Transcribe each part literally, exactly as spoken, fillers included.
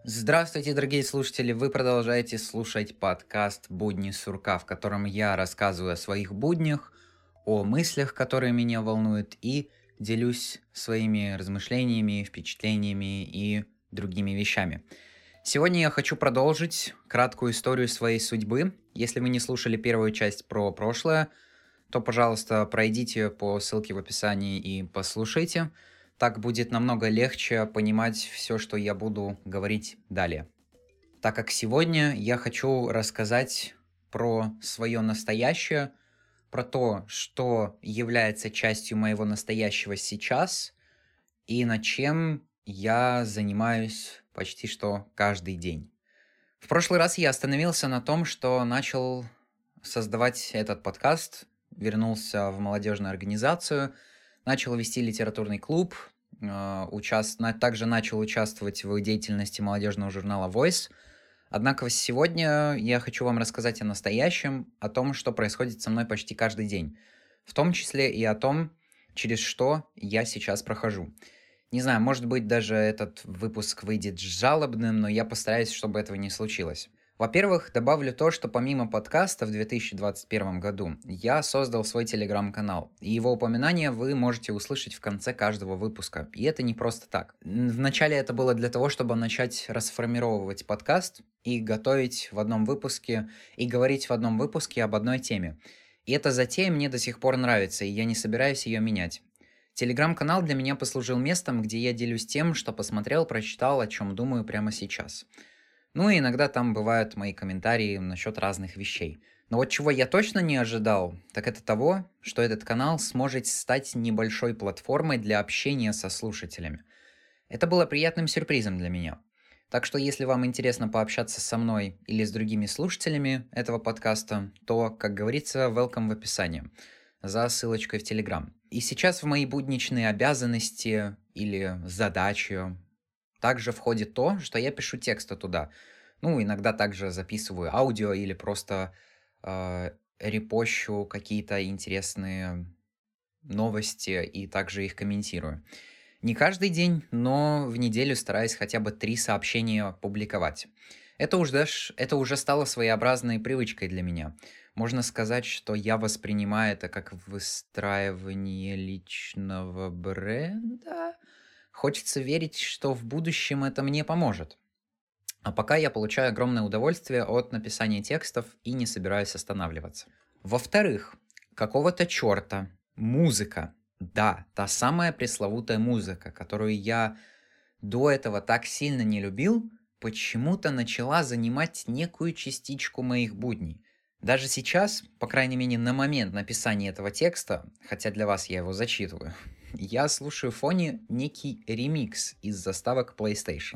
Здравствуйте, дорогие слушатели! Вы продолжаете слушать подкаст «Будни сурка», в котором я рассказываю о своих буднях, о мыслях, которые меня волнуют, и делюсь своими размышлениями, впечатлениями и другими вещами. Сегодня я хочу продолжить краткую историю своей судьбы. Если вы не слушали первую часть про прошлое, то, пожалуйста, пройдите по ссылке в описании и послушайте. Так будет намного легче понимать все, что я буду говорить далее. Так как сегодня я хочу рассказать про свое настоящее, про то, что является частью моего настоящего сейчас и над чем я занимаюсь почти что каждый день. В прошлый раз я остановился на том, что начал создавать этот подкаст, вернулся в молодежную организацию, начал вести литературный клуб, э, участ... также начал участвовать в деятельности молодежного журнала Voice. Однако сегодня я хочу вам рассказать о настоящем, о том, что происходит со мной почти каждый день, в том числе и о том, через что я сейчас прохожу. Не знаю, может быть, даже этот выпуск выйдет жалобным, но я постараюсь, чтобы этого не случилось. Во-первых, добавлю то, что помимо подкаста в две тысячи двадцать первом году я создал свой телеграм-канал, и его упоминание вы можете услышать в конце каждого выпуска. И это не просто так. Вначале это было для того, чтобы начать расформировывать подкаст и готовить в одном выпуске, и говорить в одном выпуске об одной теме. И эта затея мне до сих пор нравится, и я не собираюсь ее менять. Телеграм-канал для меня послужил местом, где я делюсь тем, что посмотрел, прочитал, о чем думаю прямо сейчас. Ну и иногда там бывают мои комментарии насчет разных вещей. Но вот чего я точно не ожидал, так это того, что этот канал сможет стать небольшой платформой для общения со слушателями. Это было приятным сюрпризом для меня. Так что если вам интересно пообщаться со мной или с другими слушателями этого подкаста, то, как говорится, welcome в описании, за ссылочкой в Телеграм. И сейчас в мои будничные обязанности или задачи также входит то, что я пишу тексты туда. Ну, иногда также записываю аудио или просто э, репощу какие-то интересные новости и также их комментирую. Не каждый день, но в неделю стараюсь хотя бы три сообщения публиковать. Это уже, это уже стало своеобразной привычкой для меня. Можно сказать, что я воспринимаю это как выстраивание личного бренда. Хочется верить, что в будущем это мне поможет. А пока я получаю огромное удовольствие от написания текстов и не собираюсь останавливаться. Во-вторых, какого-то черта музыка. Да, та самая пресловутая музыка, которую я до этого так сильно не любил, почему-то начала занимать некую частичку моих будней. Даже сейчас, по крайней мере на момент написания этого текста, хотя для вас я его зачитываю, я слушаю в фоне некий ремикс из заставок PlayStation.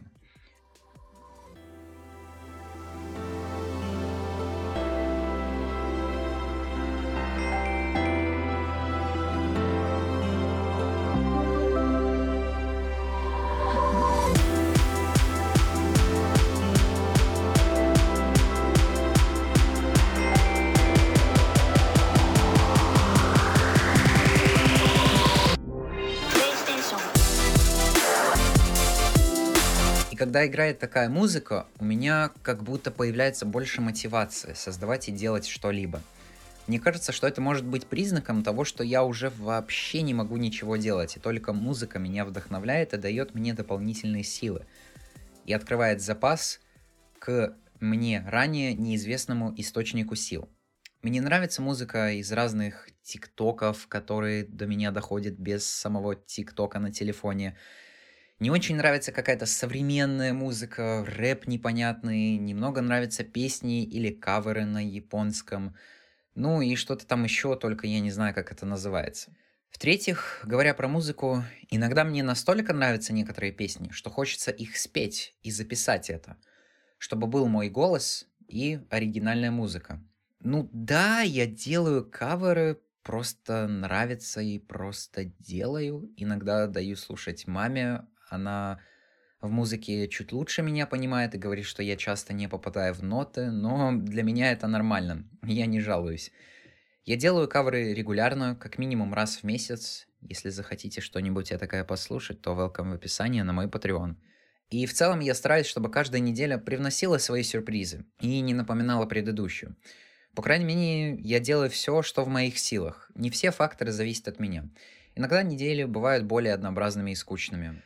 И когда играет такая музыка, у меня как будто появляется больше мотивации создавать и делать что-либо. Мне кажется, что это может быть признаком того, что я уже вообще не могу ничего делать, и только музыка меня вдохновляет и дает мне дополнительные силы. И открывает запас к мне ранее неизвестному источнику сил. Мне нравится музыка из разных тиктоков, которые до меня доходят без самого тиктока на телефоне. Не очень нравится какая-то современная музыка, рэп непонятный, немного нравятся песни или каверы на японском, ну и что-то там еще, только я не знаю, как это называется. В-третьих, говоря про музыку, иногда мне настолько нравятся некоторые песни, что хочется их спеть и записать это, чтобы был мой голос и оригинальная музыка. Ну да, я делаю каверы, просто нравится и просто делаю. Иногда даю слушать маме. Она в музыке чуть лучше меня понимает и говорит, что я часто не попадаю в ноты, но для меня это нормально, я не жалуюсь. Я делаю каверы регулярно, как минимум раз в месяц. Если захотите что-нибудь этакое послушать, то welcome в описании на мой Patreon. И в целом я стараюсь, чтобы каждая неделя привносила свои сюрпризы и не напоминала предыдущую. По крайней мере, я делаю все, что в моих силах. Не все факторы зависят от меня. Иногда недели бывают более однообразными и скучными.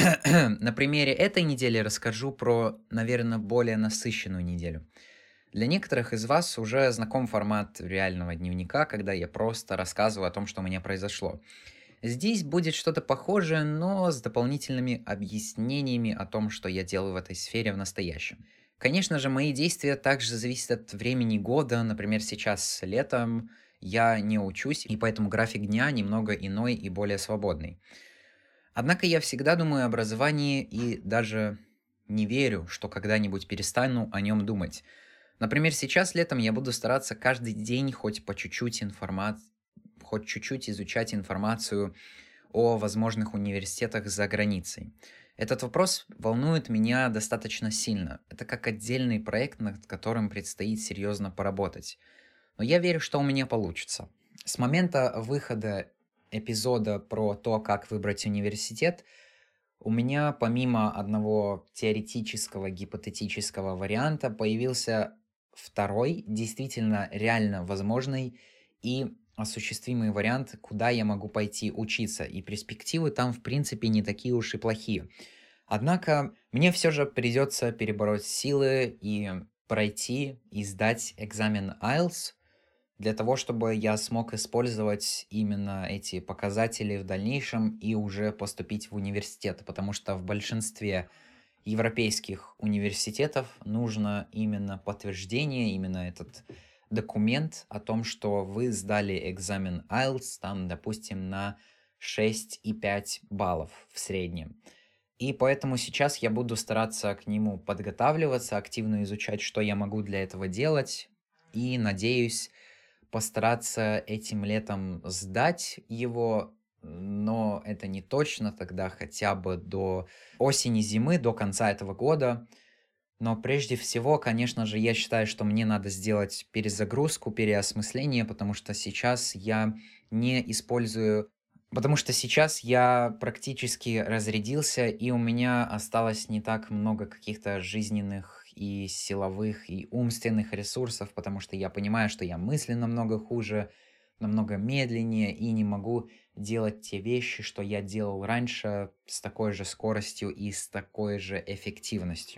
На примере этой недели расскажу про, наверное, более насыщенную неделю. Для некоторых из вас уже знаком формат реального дневника, когда я просто рассказываю о том, что у меня произошло. Здесь будет что-то похожее, но с дополнительными объяснениями о том, что я делаю в этой сфере в настоящем. Конечно же, мои действия также зависят от времени года. Например, сейчас летом я не учусь, и поэтому график дня немного иной и более свободный. Однако я всегда думаю об образовании и даже не верю, что когда-нибудь перестану о нем думать. Например, сейчас летом я буду стараться каждый день хоть по чуть-чуть информации, хоть чуть-чуть изучать информацию о возможных университетах за границей. Этот вопрос волнует меня достаточно сильно. Это как отдельный проект, над которым предстоит серьезно поработать. Но я верю, что у меня получится. С момента выхода эпизода про то, как выбрать университет, у меня помимо одного теоретического, гипотетического варианта появился второй, действительно реально возможный и осуществимый вариант, куда я могу пойти учиться, и перспективы там, в принципе, не такие уж и плохие. Однако мне все же придется перебороть силы и пройти и сдать экзамен айлтс для того, чтобы я смог использовать именно эти показатели в дальнейшем и уже поступить в университет, потому что в большинстве европейских университетов нужно именно подтверждение, именно этот документ о том, что вы сдали экзамен айлтс, там, допустим, на шесть и пять баллов в среднем. И поэтому сейчас я буду стараться к нему подготавливаться, активно изучать, что я могу для этого делать, и надеюсь постараться этим летом сдать его, но это не точно, тогда хотя бы до осени-зимы, до конца этого года. Но прежде всего, конечно же, я считаю, что мне надо сделать перезагрузку, переосмысление, потому что сейчас я не использую... Потому что сейчас я практически разрядился, и у меня осталось не так много каких-то жизненных и силовых, и умственных ресурсов, потому что я понимаю, что я мыслю намного хуже, намного медленнее, и не могу делать те вещи, что я делал раньше с такой же скоростью и с такой же эффективностью.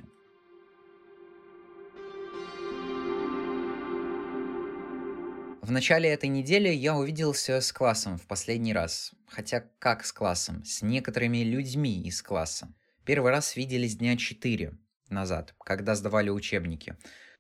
В начале этой недели я увиделся с классом в последний раз. Хотя как с классом? С некоторыми людьми из класса. Первый раз виделись дня четыре назад, когда сдавали учебники.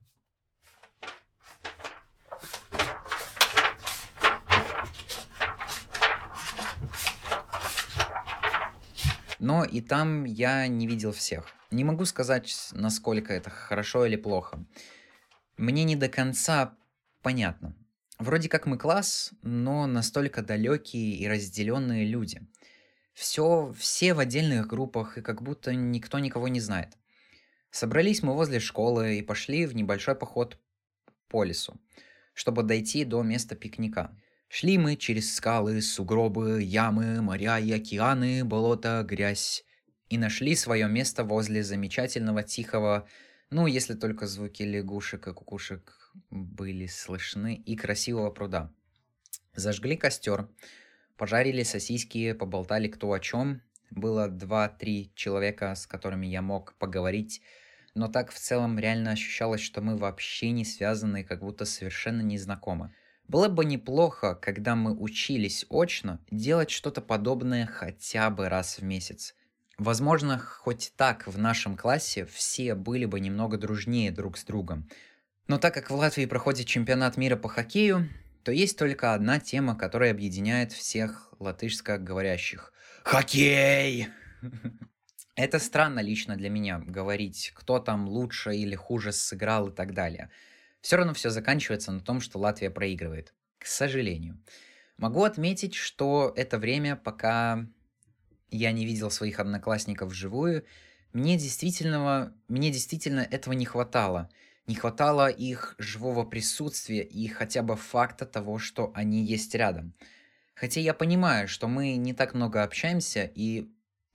Но и там я не видел всех. Не могу сказать, насколько это хорошо или плохо. Мне не до конца понятно. Вроде как мы класс, но настолько далекие и разделенные люди. Все, все в отдельных группах, и как будто никто никого не знает. Собрались мы возле школы и пошли в небольшой поход по лесу, чтобы дойти до места пикника. Шли мы через скалы, сугробы, ямы, моря и океаны, болота, грязь. И нашли свое место возле замечательного тихого, ну, если только звуки лягушек и кукушек были слышны, и красивого пруда. Зажгли костер, пожарили сосиски, поболтали кто о чем. Было два-три человека, с которыми я мог поговорить, но так в целом реально ощущалось, что мы вообще не связаны, как будто совершенно не знакомы. Было бы неплохо, когда мы учились очно, делать что-то подобное хотя бы раз в месяц. Возможно, хоть так в нашем классе все были бы немного дружнее друг с другом. Но так как в Латвии проходит чемпионат мира по хоккею, то есть только одна тема, которая объединяет всех латышскоговорящих. Хоккей! Это странно лично для меня, говорить, кто там лучше или хуже сыграл и так далее. Все равно все заканчивается на том, что Латвия проигрывает. К сожалению. Могу отметить, что это время, пока я не видел своих одноклассников вживую, мне действительно, мне действительно этого не хватало. Не хватало их живого присутствия и хотя бы факта того, что они есть рядом. Хотя я понимаю, что мы не так много общаемся, и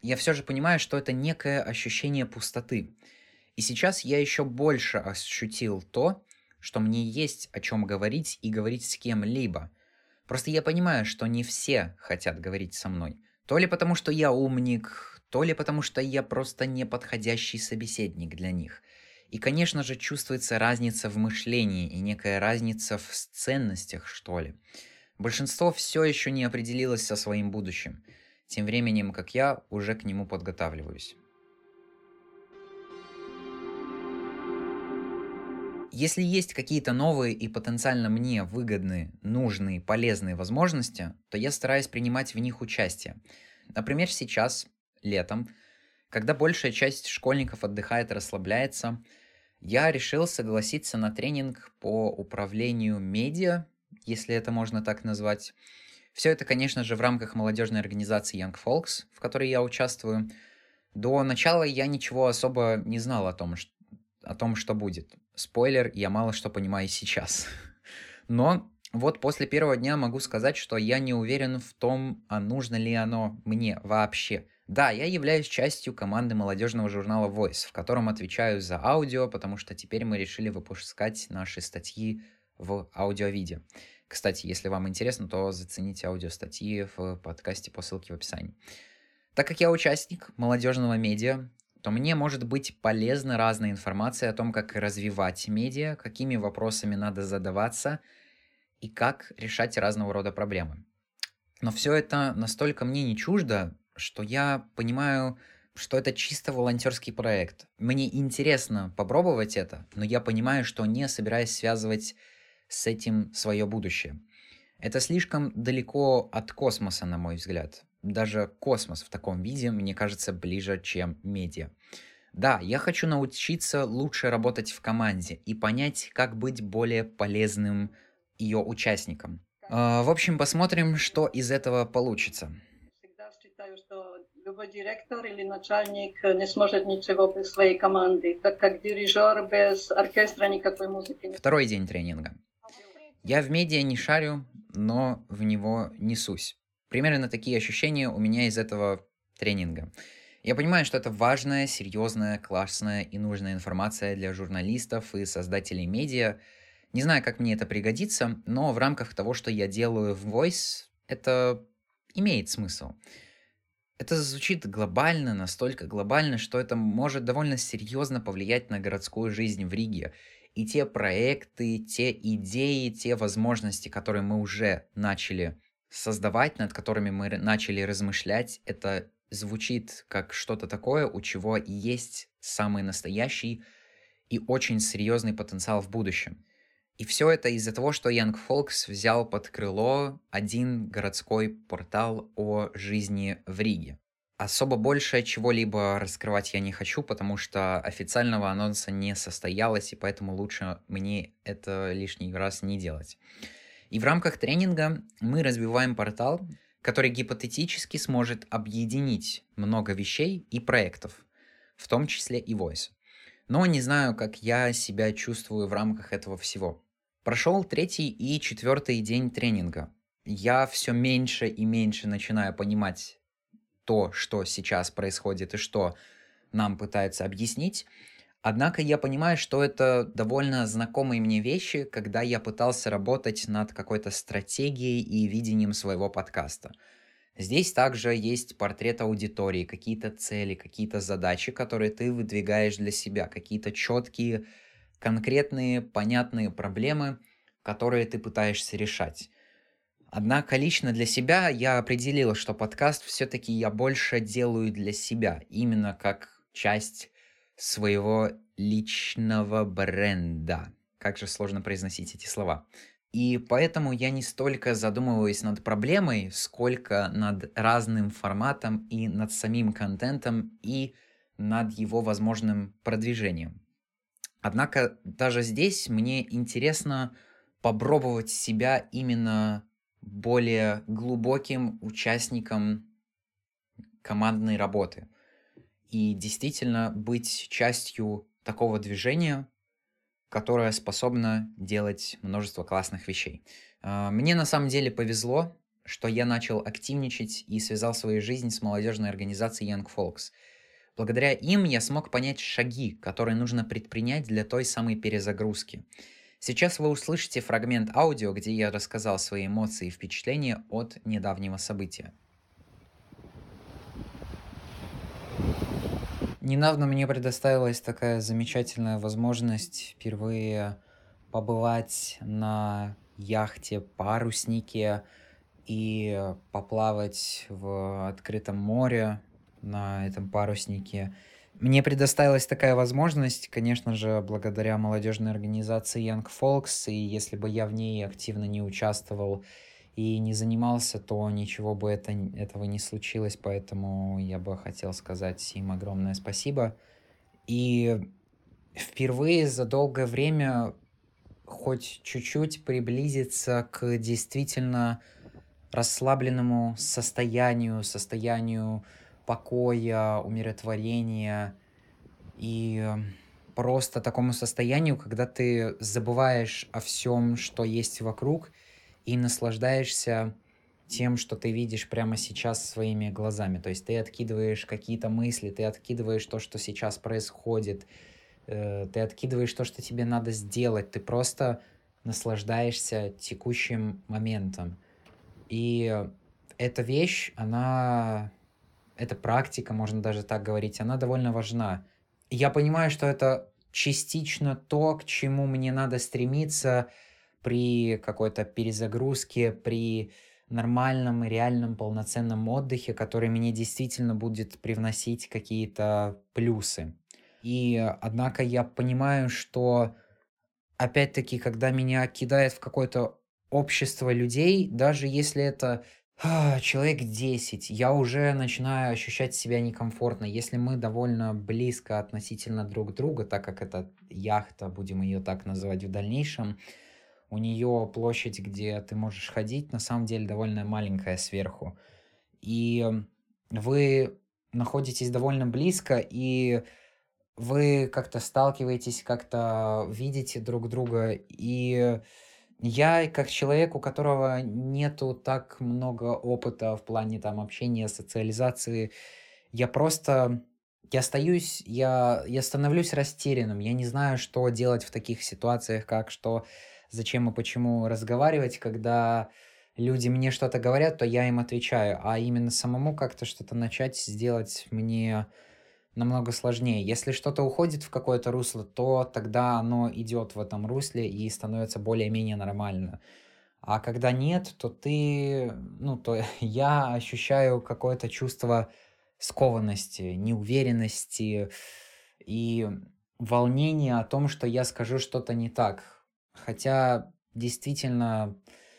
я все же понимаю, что это некое ощущение пустоты. И сейчас я еще больше ощутил то, что мне есть о чем говорить и говорить с кем-либо. Просто я понимаю, что не все хотят говорить со мной. То ли потому, что я умник, то ли потому, что я просто неподходящий собеседник для них. И, конечно же, чувствуется разница в мышлении и некая разница в ценностях, что ли. Большинство все еще не определилось со своим будущим, тем временем как я уже к нему подготавливаюсь. Если есть какие-то новые и потенциально мне выгодные, нужные, полезные возможности, то я стараюсь принимать в них участие. Например, сейчас, летом, когда большая часть школьников отдыхает и расслабляется, я решил согласиться на тренинг по управлению медиа, если это можно так назвать. Все это, конечно же, в рамках молодежной организации Young Folks, в которой я участвую. До начала я ничего особо не знал о том, ш- о том, что будет. Спойлер, я мало что понимаю сейчас. Но вот после первого дня могу сказать, что я не уверен в том, а нужно ли оно мне вообще. Да, я являюсь частью команды молодежного журнала Voice, в котором отвечаю за аудио, потому что теперь мы решили выпускать наши статьи в аудиовиде. Кстати, если вам интересно, то зацените аудиостатьи в подкасте по ссылке в описании. Так как я участник молодежного медиа, то мне может быть полезна разная информация о том, как развивать медиа, какими вопросами надо задаваться и как решать разного рода проблемы. Но все это настолько мне не чуждо, что я понимаю, что это чисто волонтерский проект. Мне интересно попробовать это, но я понимаю, что не собираюсь связывать с этим свое будущее. Это слишком далеко от космоса, на мой взгляд. Даже космос в таком виде, мне кажется, ближе, чем медиа. Да, я хочу научиться лучше работать в команде и понять, как быть более полезным ее участником. А, В общем, посмотрим, что из этого получится. Всегда считаю, что любой директор или начальник не сможет ничего без своей команды, так как дирижер без оркестра никакой музыки не... Второй день тренинга. Я в медиа не шарю, но в него несусь. Примерно такие ощущения у меня из этого тренинга. Я понимаю, что это важная, серьезная, классная и нужная информация для журналистов и создателей медиа. Не знаю, как мне это пригодится, но в рамках того, что я делаю в Voice, это имеет смысл. Это звучит глобально, настолько глобально, что это может довольно серьезно повлиять на городскую жизнь в Риге. И те проекты, те идеи, те возможности, которые мы уже начали создавать, над которыми мы р- начали размышлять, это звучит как что-то такое, у чего есть самый настоящий и очень серьезный потенциал в будущем. И все это из-за того, что Young Folks взял под крыло один городской портал о жизни в Риге. Особо больше чего-либо раскрывать я не хочу, потому что официального анонса не состоялось, и поэтому лучше мне это лишний раз не делать. И в рамках тренинга мы развиваем портал, который гипотетически сможет объединить много вещей и проектов, в том числе и Voice. Но не знаю, как я себя чувствую в рамках этого всего. Прошел третий и четвертый день тренинга. Я все меньше и меньше начинаю понимать то, что сейчас происходит и что нам пытаются объяснить. Однако я понимаю, что это довольно знакомые мне вещи, когда я пытался работать над какой-то стратегией и видением своего подкаста. Здесь также есть портрет аудитории, какие-то цели, какие-то задачи, которые ты выдвигаешь для себя, какие-то четкие, конкретные, понятные проблемы, которые ты пытаешься решать. Однако лично для себя я определил, что подкаст все-таки я больше делаю для себя, именно как часть своего личного бренда. Как же сложно произносить эти слова. И поэтому я не столько задумываюсь над проблемой, сколько над разным форматом и над самим контентом и над его возможным продвижением. Однако даже здесь мне интересно попробовать себя именно более глубоким участником командной работы и действительно быть частью такого движения, которое способно делать множество классных вещей. А, Мне на самом деле повезло, что я начал активничать и связал свою жизнь с молодежной организацией Young Folks. Благодаря им я смог понять шаги, которые нужно предпринять для той самой перезагрузки. Сейчас вы услышите фрагмент аудио, где я рассказал свои эмоции и впечатления от недавнего события. Недавно мне предоставилась такая замечательная возможность впервые побывать на яхте-паруснике и поплавать в открытом море на этом паруснике. Мне предоставилась такая возможность, конечно же, благодаря молодежной организации Young Folks, и если бы я в ней активно не участвовал и не занимался, то ничего бы это, этого не случилось, поэтому я бы хотел сказать им огромное спасибо. И впервые за долгое время хоть чуть-чуть приблизиться к действительно расслабленному состоянию, состоянию покоя, умиротворения и просто такому состоянию, когда ты забываешь о всем, что есть вокруг, и наслаждаешься тем, что ты видишь прямо сейчас своими глазами. То есть ты откидываешь какие-то мысли, ты откидываешь то, что сейчас происходит, э, ты откидываешь то, что тебе надо сделать, ты просто наслаждаешься текущим моментом. И эта вещь, она, эта практика, можно даже так говорить, она довольно важна. Я понимаю, что это частично то, к чему мне надо стремиться при какой-то перезагрузке, при нормальном и реальном полноценном отдыхе, который мне действительно будет привносить какие-то плюсы. И однако я понимаю, что опять-таки, когда меня кидает в какое-то общество людей, даже если это а, человек десять, я уже начинаю ощущать себя некомфортно. Если мы довольно близко относительно друг друга, так как это яхта, будем ее так называть в дальнейшем, у нее площадь, где ты можешь ходить, на самом деле довольно маленькая сверху. И вы находитесь довольно близко, и вы как-то сталкиваетесь, как-то видите друг друга. И я, как человек, у которого нету так много опыта в плане там общения, социализации, я просто... Я остаюсь, я, я становлюсь растерянным. Я не знаю, что делать в таких ситуациях, как что, зачем и почему разговаривать. Когда люди мне что-то говорят, то я им отвечаю. А именно самому как-то что-то начать сделать мне намного сложнее. Если что-то уходит в какое-то русло, то тогда оно идет в этом русле и становится более-менее нормально. А когда нет, то ты, ну, то я ощущаю какое-то чувство скованности, неуверенности и волнения о том, что я скажу что-то не так. Хотя действительно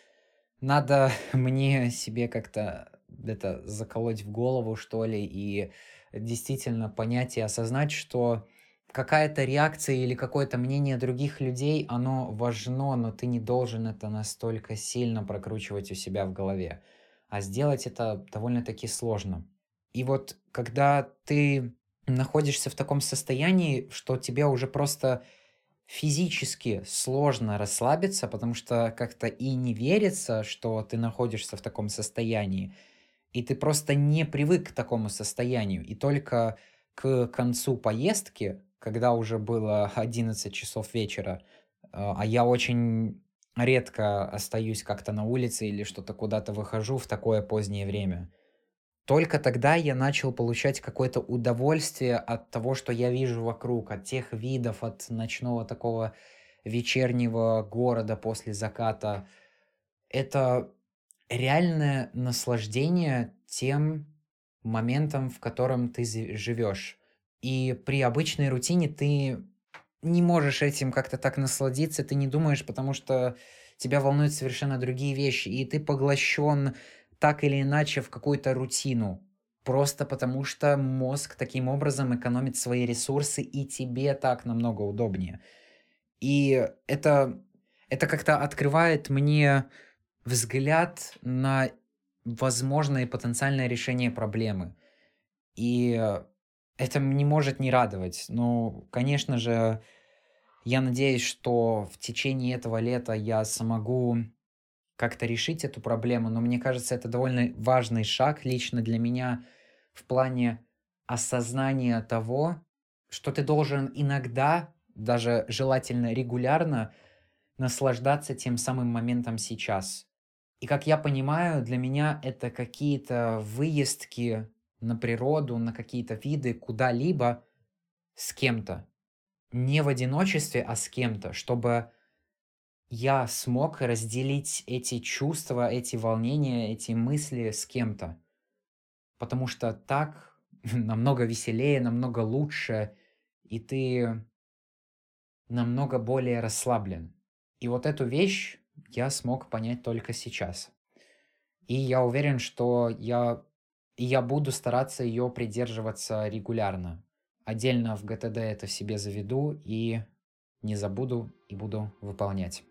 надо мне себе как-то это заколоть в голову, что ли, и действительно понять и осознать, что какая-то реакция или какое-то мнение других людей, оно важно, но ты не должен это настолько сильно прокручивать у себя в голове. А сделать это довольно-таки сложно. И вот когда ты находишься в таком состоянии, что тебе уже просто физически сложно расслабиться, потому что как-то и не верится, что ты находишься в таком состоянии, и ты просто не привык к такому состоянию. И только к концу поездки, когда уже было одиннадцать часов вечера, а я очень редко остаюсь как-то на улице или что-то куда-то выхожу в такое позднее время, только тогда я начал получать какое-то удовольствие от того, что я вижу вокруг, от тех видов, от ночного такого вечернего города после заката. Это реальное наслаждение тем моментом, в котором ты зи- живешь. И при обычной рутине ты не можешь этим как-то так насладиться, ты не думаешь, потому что тебя волнуют совершенно другие вещи, и ты поглощен так или иначе в какую-то рутину. Просто потому что мозг таким образом экономит свои ресурсы, и тебе так намного удобнее. И это, это как-то открывает мне взгляд на возможное потенциальное решение проблемы. И это не может не радовать. Ну, конечно же, я надеюсь, что в течение этого лета я смогу как-то решить эту проблему, но мне кажется, это довольно важный шаг лично для меня в плане осознания того, что ты должен иногда, даже желательно регулярно, наслаждаться тем самым моментом сейчас. И как я понимаю, для меня это какие-то выездки на природу, на какие-то виды, куда-либо с кем-то. Не в одиночестве, а с кем-то, чтобы я смог разделить эти чувства, эти волнения, эти мысли с кем-то. Потому что так намного веселее, намного лучше, и ты намного более расслаблен. И вот эту вещь я смог понять только сейчас. И я уверен, что я, и я буду стараться ее придерживаться регулярно. Отдельно в гэ тэ дэ это в себе заведу и не забуду и буду выполнять.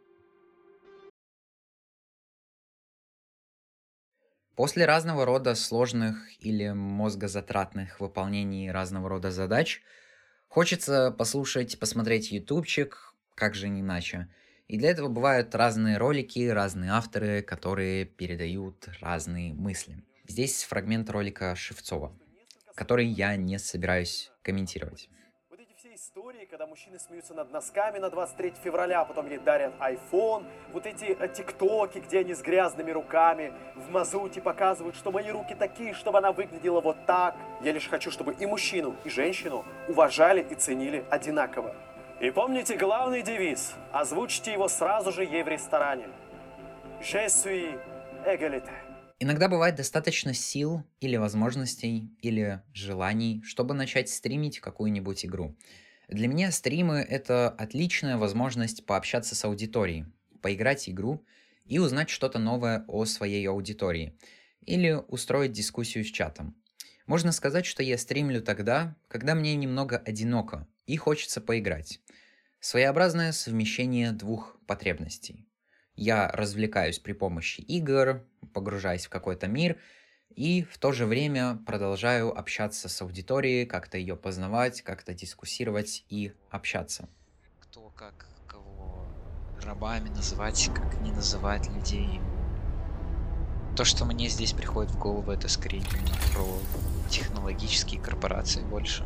После разного рода сложных или мозгозатратных выполнений разного рода задач хочется послушать, посмотреть ютубчик, как же иначе. И для этого бывают разные ролики, разные авторы, которые передают разные мысли. Здесь фрагмент ролика Шевцова, который я не собираюсь комментировать. Вот эти все истории, когда мужчины смеются над носками на двадцать третье февраля, потом ей дарят айфон, вот эти э, тиктоки, где они с грязными руками в мазуте показывают, что мои руки такие, чтобы она выглядела вот так. Я лишь хочу, чтобы и мужчину, и женщину уважали и ценили одинаково. И помните главный девиз, озвучьте его сразу же ей в ресторане. Je suis égalité. Иногда бывает достаточно сил или возможностей, или желаний, чтобы начать стримить какую-нибудь игру. Для меня стримы — это отличная возможность пообщаться с аудиторией, поиграть игру и узнать что-то новое о своей аудитории, или устроить дискуссию с чатом. Можно сказать, что я стримлю тогда, когда мне немного одиноко и хочется поиграть. Своеобразное совмещение двух потребностей. Я развлекаюсь при помощи игр, погружаясь в какой-то мир, и в то же время продолжаю общаться с аудиторией, как-то ее познавать, как-то дискуссировать и общаться. Кто как кого рабами называть, как не называть людей. То, что мне здесь приходит в голову, это скорее про технологические корпорации больше.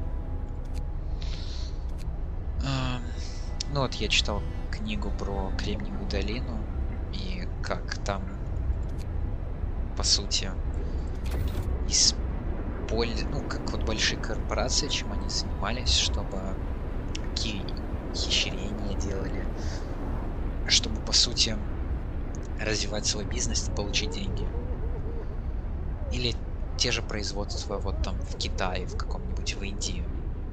Ну вот я читал книгу про Кремниевую долину, и как там, по сути, использовали, ну, как вот большие корпорации, чем они занимались, чтобы какие хищрения делали, чтобы, по сути, развивать свой бизнес и получить деньги. Или те же производства вот там в Китае, в каком-нибудь, в Индии.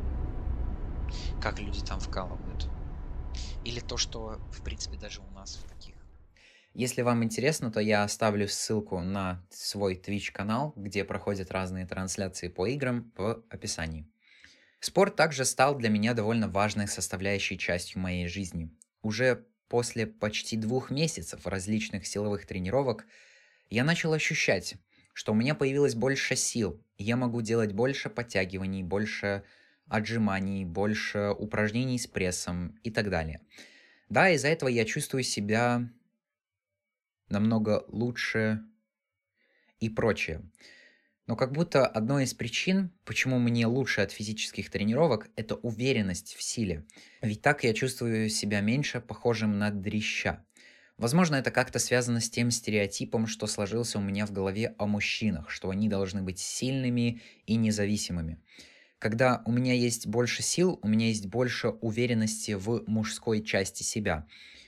Как люди там вкалывают. Или то, что, в принципе, даже у нас в таких. Если вам интересно, то я оставлю ссылку на свой Twitch-канал, где проходят разные трансляции по играм, в описании. Спорт также стал для меня довольно важной составляющей частью моей жизни. Уже после почти двух месяцев различных силовых тренировок я начал ощущать, что у меня появилось больше сил, и я могу делать больше подтягиваний, больше отжиманий, больше упражнений с прессом и так далее. Да, из-за этого я чувствую себя намного лучше и прочее. Но как будто одной из причин, почему мне лучше от физических тренировок, это уверенность в силе. Ведь так я чувствую себя меньше похожим на дрища. Возможно, это как-то связано с тем стереотипом, что сложился у меня в голове о мужчинах, что они должны быть сильными и независимыми. Когда у меня есть больше сил, у меня есть больше уверенности в мужской части себя.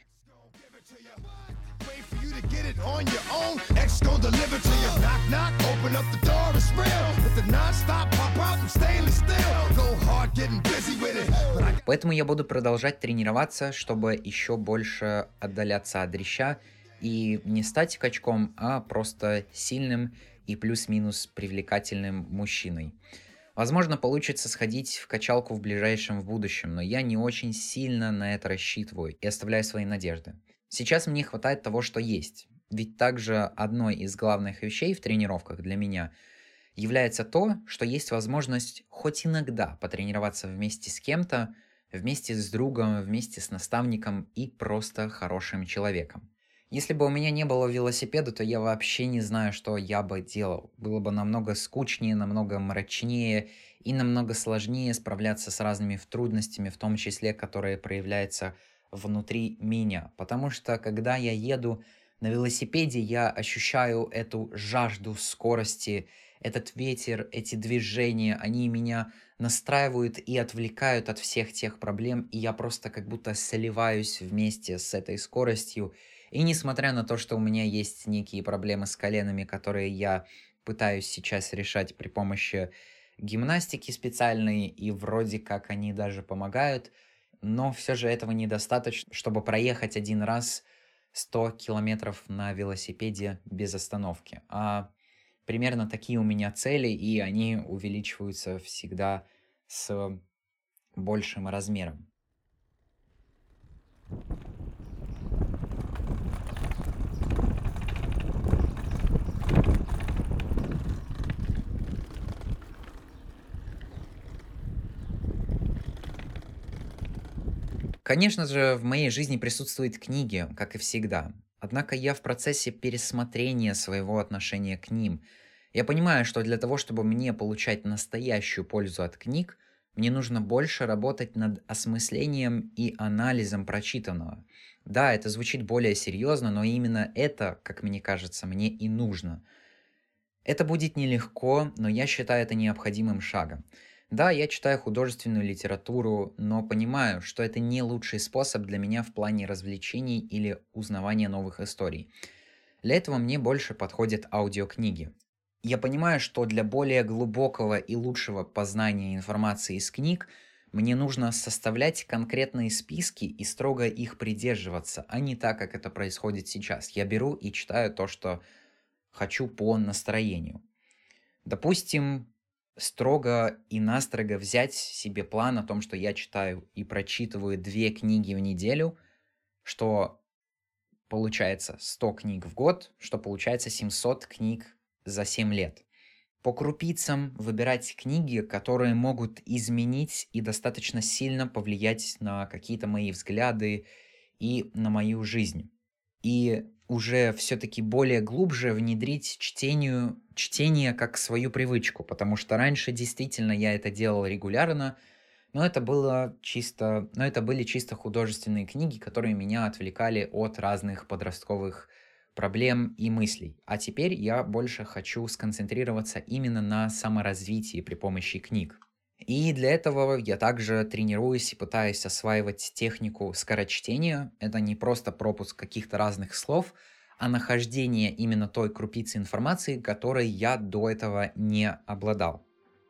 Поэтому я буду продолжать тренироваться, чтобы еще больше отдаляться от дрища и не стать качком, а просто сильным и плюс-минус привлекательным мужчиной. Возможно, получится сходить в качалку в ближайшем будущем, но я не очень сильно на это рассчитываю и оставляю свои надежды. Сейчас мне хватает того, что есть. Ведь также одной из главных вещей в тренировках для меня является то, что есть возможность хоть иногда потренироваться вместе с кем-то, вместе с другом, вместе с наставником и просто хорошим человеком. Если бы у меня не было велосипеда, то я вообще не знаю, что я бы делал. Было бы намного скучнее, намного мрачнее и намного сложнее справляться с разными трудностями, в том числе, которые проявляются внутри меня. Потому что, когда я еду на велосипеде, я ощущаю эту жажду скорости, этот ветер, эти движения, они меня настраивают и отвлекают от всех тех проблем, и я просто как будто сливаюсь вместе с этой скоростью. И несмотря на то, что у меня есть некие проблемы с коленами, которые я пытаюсь сейчас решать при помощи гимнастики специальной, и вроде как они даже помогают, но все же этого недостаточно, чтобы проехать один раз сто километров на велосипеде без остановки. А примерно такие у меня цели, и они увеличиваются всегда с большим размером. Конечно же, в моей жизни присутствуют книги, как и всегда. Однако я в процессе пересмотрения своего отношения к ним. Я понимаю, что для того, чтобы мне получать настоящую пользу от книг, мне нужно больше работать над осмыслением и анализом прочитанного. Да, это звучит более серьезно, но именно это, как мне кажется, мне и нужно. Это будет нелегко, но я считаю это необходимым шагом. Да, я читаю художественную литературу, но понимаю, что это не лучший способ для меня в плане развлечений или узнавания новых историй. Для этого мне больше подходят аудиокниги. Я понимаю, что для более глубокого и лучшего познания информации из книг мне нужно составлять конкретные списки и строго их придерживаться, а не так, как это происходит сейчас. Я беру и читаю то, что хочу по настроению. Допустим, строго и настрого взять себе план о том, что я читаю и прочитываю две книги в неделю, что получается сто книг в год, что получается семьсот книг за семь лет. По крупицам выбирать книги, которые могут изменить и достаточно сильно повлиять на какие-то мои взгляды и на мою жизнь. И уже все-таки более глубже внедрить чтению, чтение как свою привычку, потому что раньше действительно я это делал регулярно, но это было чисто, но это были чисто художественные книги, которые меня отвлекали от разных подростковых проблем и мыслей. А теперь я больше хочу сконцентрироваться именно на саморазвитии при помощи книг. И для этого я также тренируюсь и пытаюсь осваивать технику скорочтения. Это не просто пропуск каких-то разных слов, а нахождение именно той крупицы информации, которой я до этого не обладал.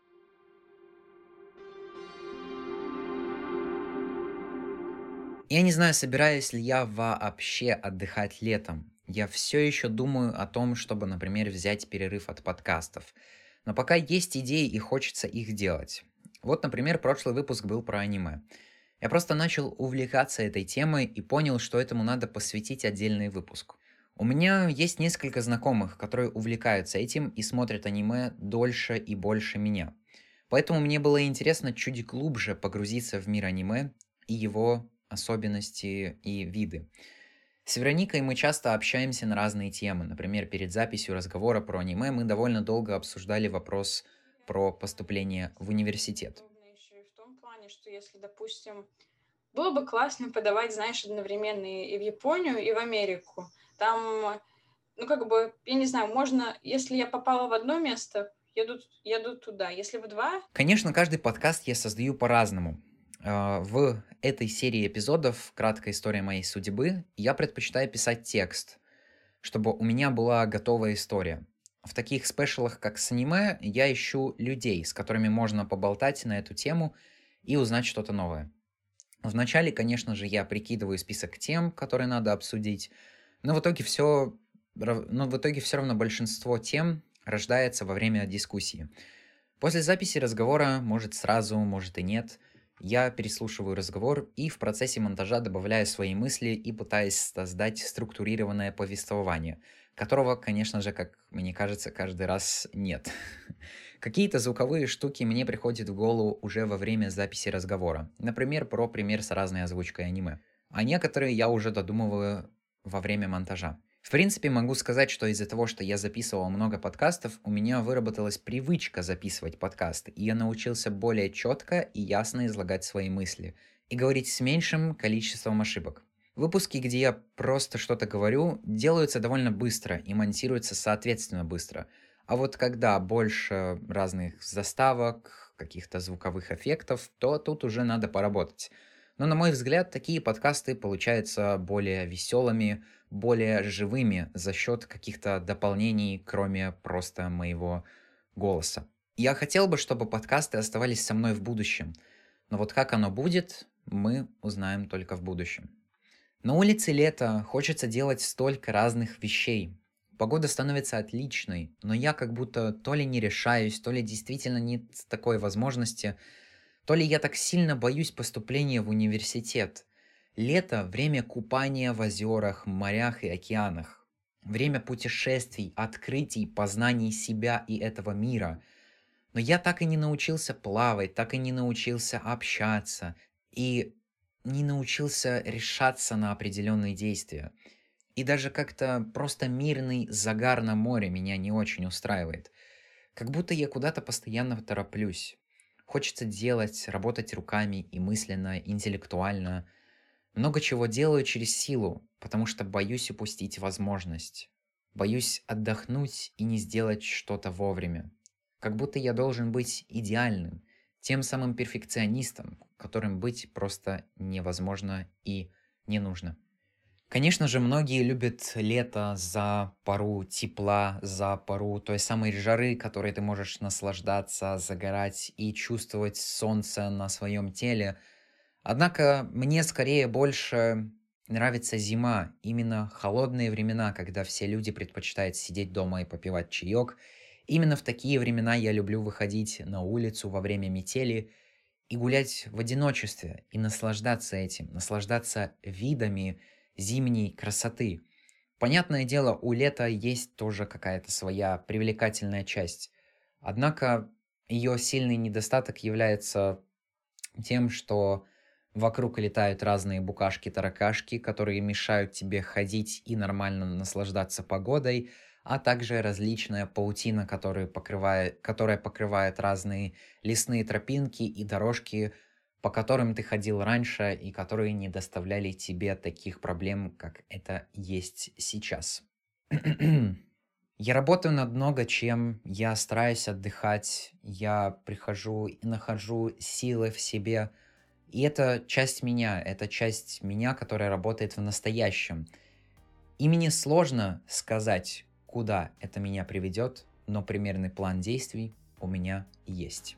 Я не знаю, собираюсь ли я вообще отдыхать летом. Я все еще думаю о том, чтобы, например, взять перерыв от подкастов. Но пока есть идеи и хочется их делать. Вот, например, прошлый выпуск был про аниме. Я просто начал увлекаться этой темой и понял, что этому надо посвятить отдельный выпуск. У меня есть несколько знакомых, которые увлекаются этим и смотрят аниме дольше и больше меня. Поэтому мне было интересно чуть глубже погрузиться в мир аниме и его особенности и виды. С Вероникой мы часто общаемся на разные темы. Например, перед записью разговора про аниме мы довольно долго обсуждали вопрос про поступление в университет. Еще и в том плане, что если, допустим, было бы классно подавать, знаешь, одновременно и в Японию, и в Америку. Там, ну, как бы, я не знаю, можно, если я попала в одно место, еду, еду туда. Если в два... Конечно, каждый подкаст я создаю по-разному. В этой серии эпизодов «Краткая история моей судьбы» я предпочитаю писать текст, чтобы у меня была готовая история. В таких спешалах, как с аниме, я ищу людей, с которыми можно поболтать на эту тему и узнать что-то новое. Вначале, конечно же, я прикидываю список тем, которые надо обсудить, но в итоге все, но в итоге все равно большинство тем рождается во время дискуссии. После записи разговора, может сразу, может и нет, я переслушиваю разговор и в процессе монтажа добавляю свои мысли и пытаюсь создать структурированное повествование, которого, конечно же, как мне кажется, каждый раз нет. Какие-то звуковые штуки мне приходят в голову уже во время записи разговора. Например, про пример с разной озвучкой аниме. А некоторые я уже додумываю во время монтажа. В принципе, могу сказать, что из-за того, что я записывал много подкастов, у меня выработалась привычка записывать подкасты, и я научился более четко и ясно излагать свои мысли и говорить с меньшим количеством ошибок. Выпуски, где я просто что-то говорю, делаются довольно быстро и монтируются соответственно быстро. А вот когда больше разных заставок, каких-то звуковых эффектов, то тут уже надо поработать. Но, на мой взгляд, такие подкасты получаются более веселыми, более живыми за счет каких-то дополнений, кроме просто моего голоса. Я хотел бы, чтобы подкасты оставались со мной в будущем. Но вот как оно будет, мы узнаем только в будущем. На улице лето, хочется делать столько разных вещей. Погода становится отличной, но я как будто то ли не решаюсь, то ли действительно нет такой возможности, то ли я так сильно боюсь поступления в университет. Лето – время купания в озерах, морях и океанах. Время путешествий, открытий, познаний себя и этого мира. Но я так и не научился плавать, так и не научился общаться и не научился решаться на определенные действия. И даже как-то просто мирный загар на море меня не очень устраивает. Как будто я куда-то постоянно тороплюсь. Хочется делать, работать руками и мысленно, интеллектуально. Много чего делаю через силу, потому что боюсь упустить возможность. Боюсь отдохнуть и не сделать что-то вовремя. Как будто я должен быть идеальным, тем самым перфекционистом, которым быть просто невозможно и не нужно. Конечно же, многие любят лето за пару тепла, за пару той самой жары, которой ты можешь наслаждаться, загорать и чувствовать солнце на своем теле. Однако мне скорее больше нравится зима, именно холодные времена, когда все люди предпочитают сидеть дома и попивать чаек. Именно в такие времена я люблю выходить на улицу во время метели и гулять в одиночестве, и наслаждаться этим, наслаждаться видами зимней красоты. Понятное дело, у лета есть тоже какая-то своя привлекательная часть. Однако ее сильный недостаток является тем, что вокруг летают разные букашки-таракашки, которые мешают тебе ходить и нормально наслаждаться погодой, а также различная паутина, которая покрывает, которая покрывает разные лесные тропинки и дорожки, по которым ты ходил раньше и которые не доставляли тебе таких проблем, как это есть сейчас. Я работаю над много чем, я стараюсь отдыхать, я прихожу и нахожу силы в себе. И это часть меня, это часть меня, которая работает в настоящем. И мне сложно сказать, куда это меня приведет, но примерный план действий у меня есть.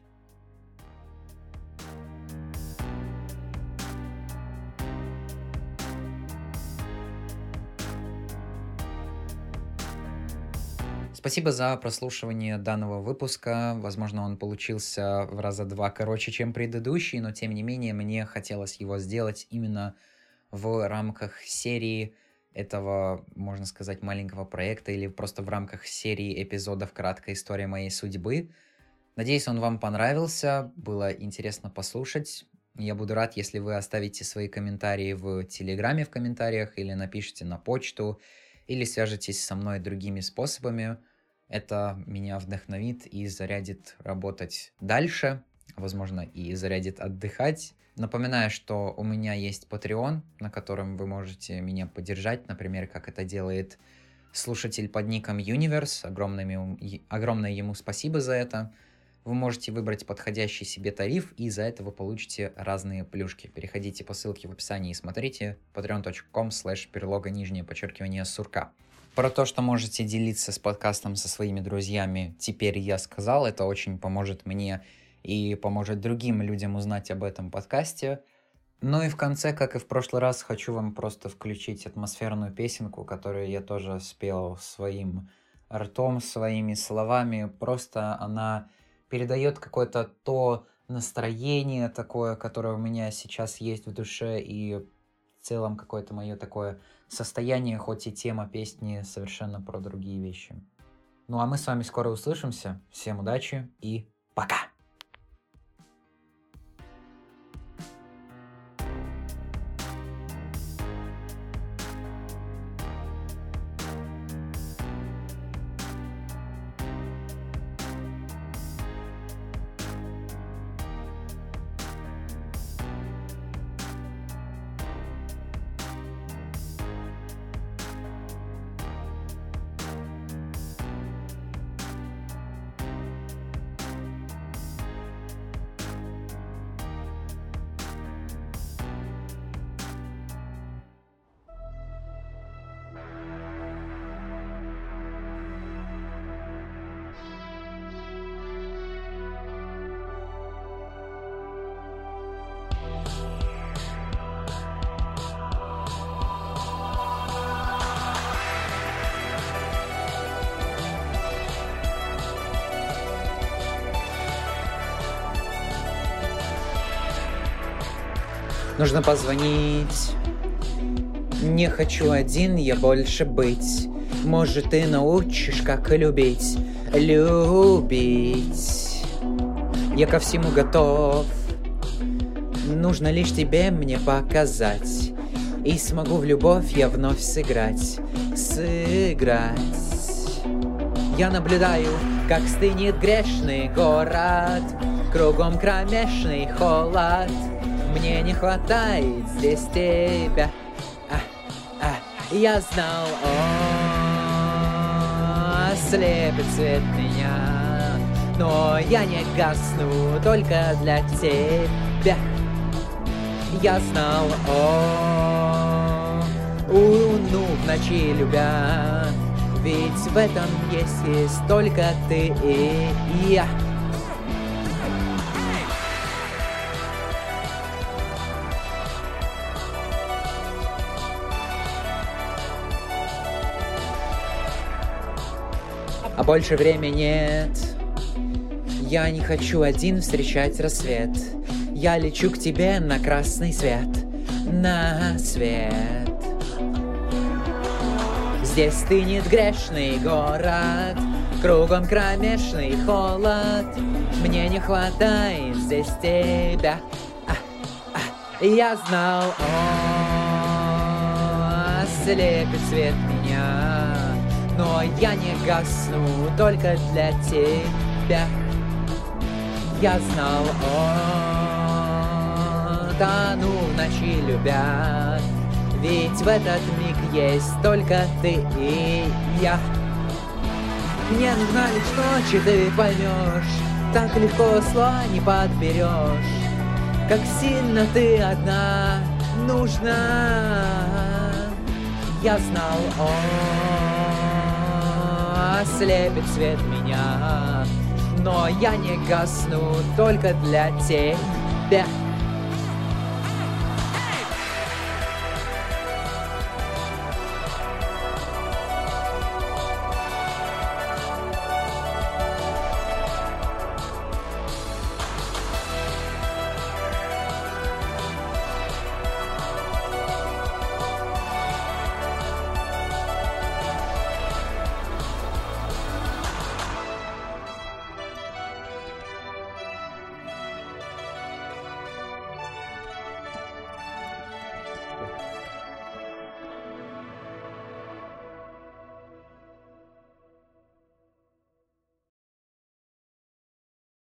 Спасибо за прослушивание данного выпуска. Возможно, он получился в раза два короче, чем предыдущий, но тем не менее мне хотелось его сделать именно в рамках серии этого, можно сказать, маленького проекта или просто в рамках серии эпизодов «Краткая история моей судьбы». Надеюсь, он вам понравился, было интересно послушать. Я буду рад, если вы оставите свои комментарии в Телеграме в комментариях или напишите на почту, или свяжетесь со мной другими способами. Это меня вдохновит и зарядит работать дальше, возможно, и зарядит отдыхать. Напоминаю, что у меня есть Patreon, на котором вы можете меня поддержать, например, как это делает слушатель под ником Universe. Огромное ему, огромное ему спасибо за это. Вы можете выбрать подходящий себе тариф, и за это вы получите разные плюшки. Переходите по ссылке в описании и смотрите patreon.com слэш перлога нижнее подчеркивание сурка. Про то, что можете делиться с подкастом со своими друзьями, теперь я сказал. Это очень поможет мне и поможет другим людям узнать об этом подкасте. Ну и в конце, как и в прошлый раз, хочу вам просто включить атмосферную песенку, которую я тоже спел своим ртом, своими словами. Просто она передает какое-то то настроение такое, которое у меня сейчас есть в душе, и в целом какое-то мое такое состояние, хоть и тема песни совершенно про другие вещи. Ну а мы с вами скоро услышимся. Всем удачи и пока! Нужно позвонить. Не хочу один я больше быть. Может, ты научишь, как любить, любить. Я ко всему готов. Нужно лишь тебе мне показать. И смогу в любовь я вновь сыграть, сыграть. Я наблюдаю, как стынет грешный город, кругом кромешный холод. Мне не хватает здесь тебя. А, а, я знал, о, слепит свет меня, но я не гасну только для тебя. Я знал, о, уну в ночи любя, ведь в этом есть, есть только ты и я. А больше времени нет. Я не хочу один встречать рассвет. Я лечу к тебе на красный свет, на свет. Здесь стынет грешный город, кругом кромешный холод. Мне не хватает здесь тебя. А, а, я знал, о, слепит свет меня, но я не гасну только для тебя. Я знал, о, тону в ночи любя, ведь в этот миг есть только ты и я. Мне нужна лишь ночь, и ты поймешь, так легко слова не подберешь, как сильно ты одна нужна. Я знал, о, ослепит свет меня, но я не гасну только для тебя.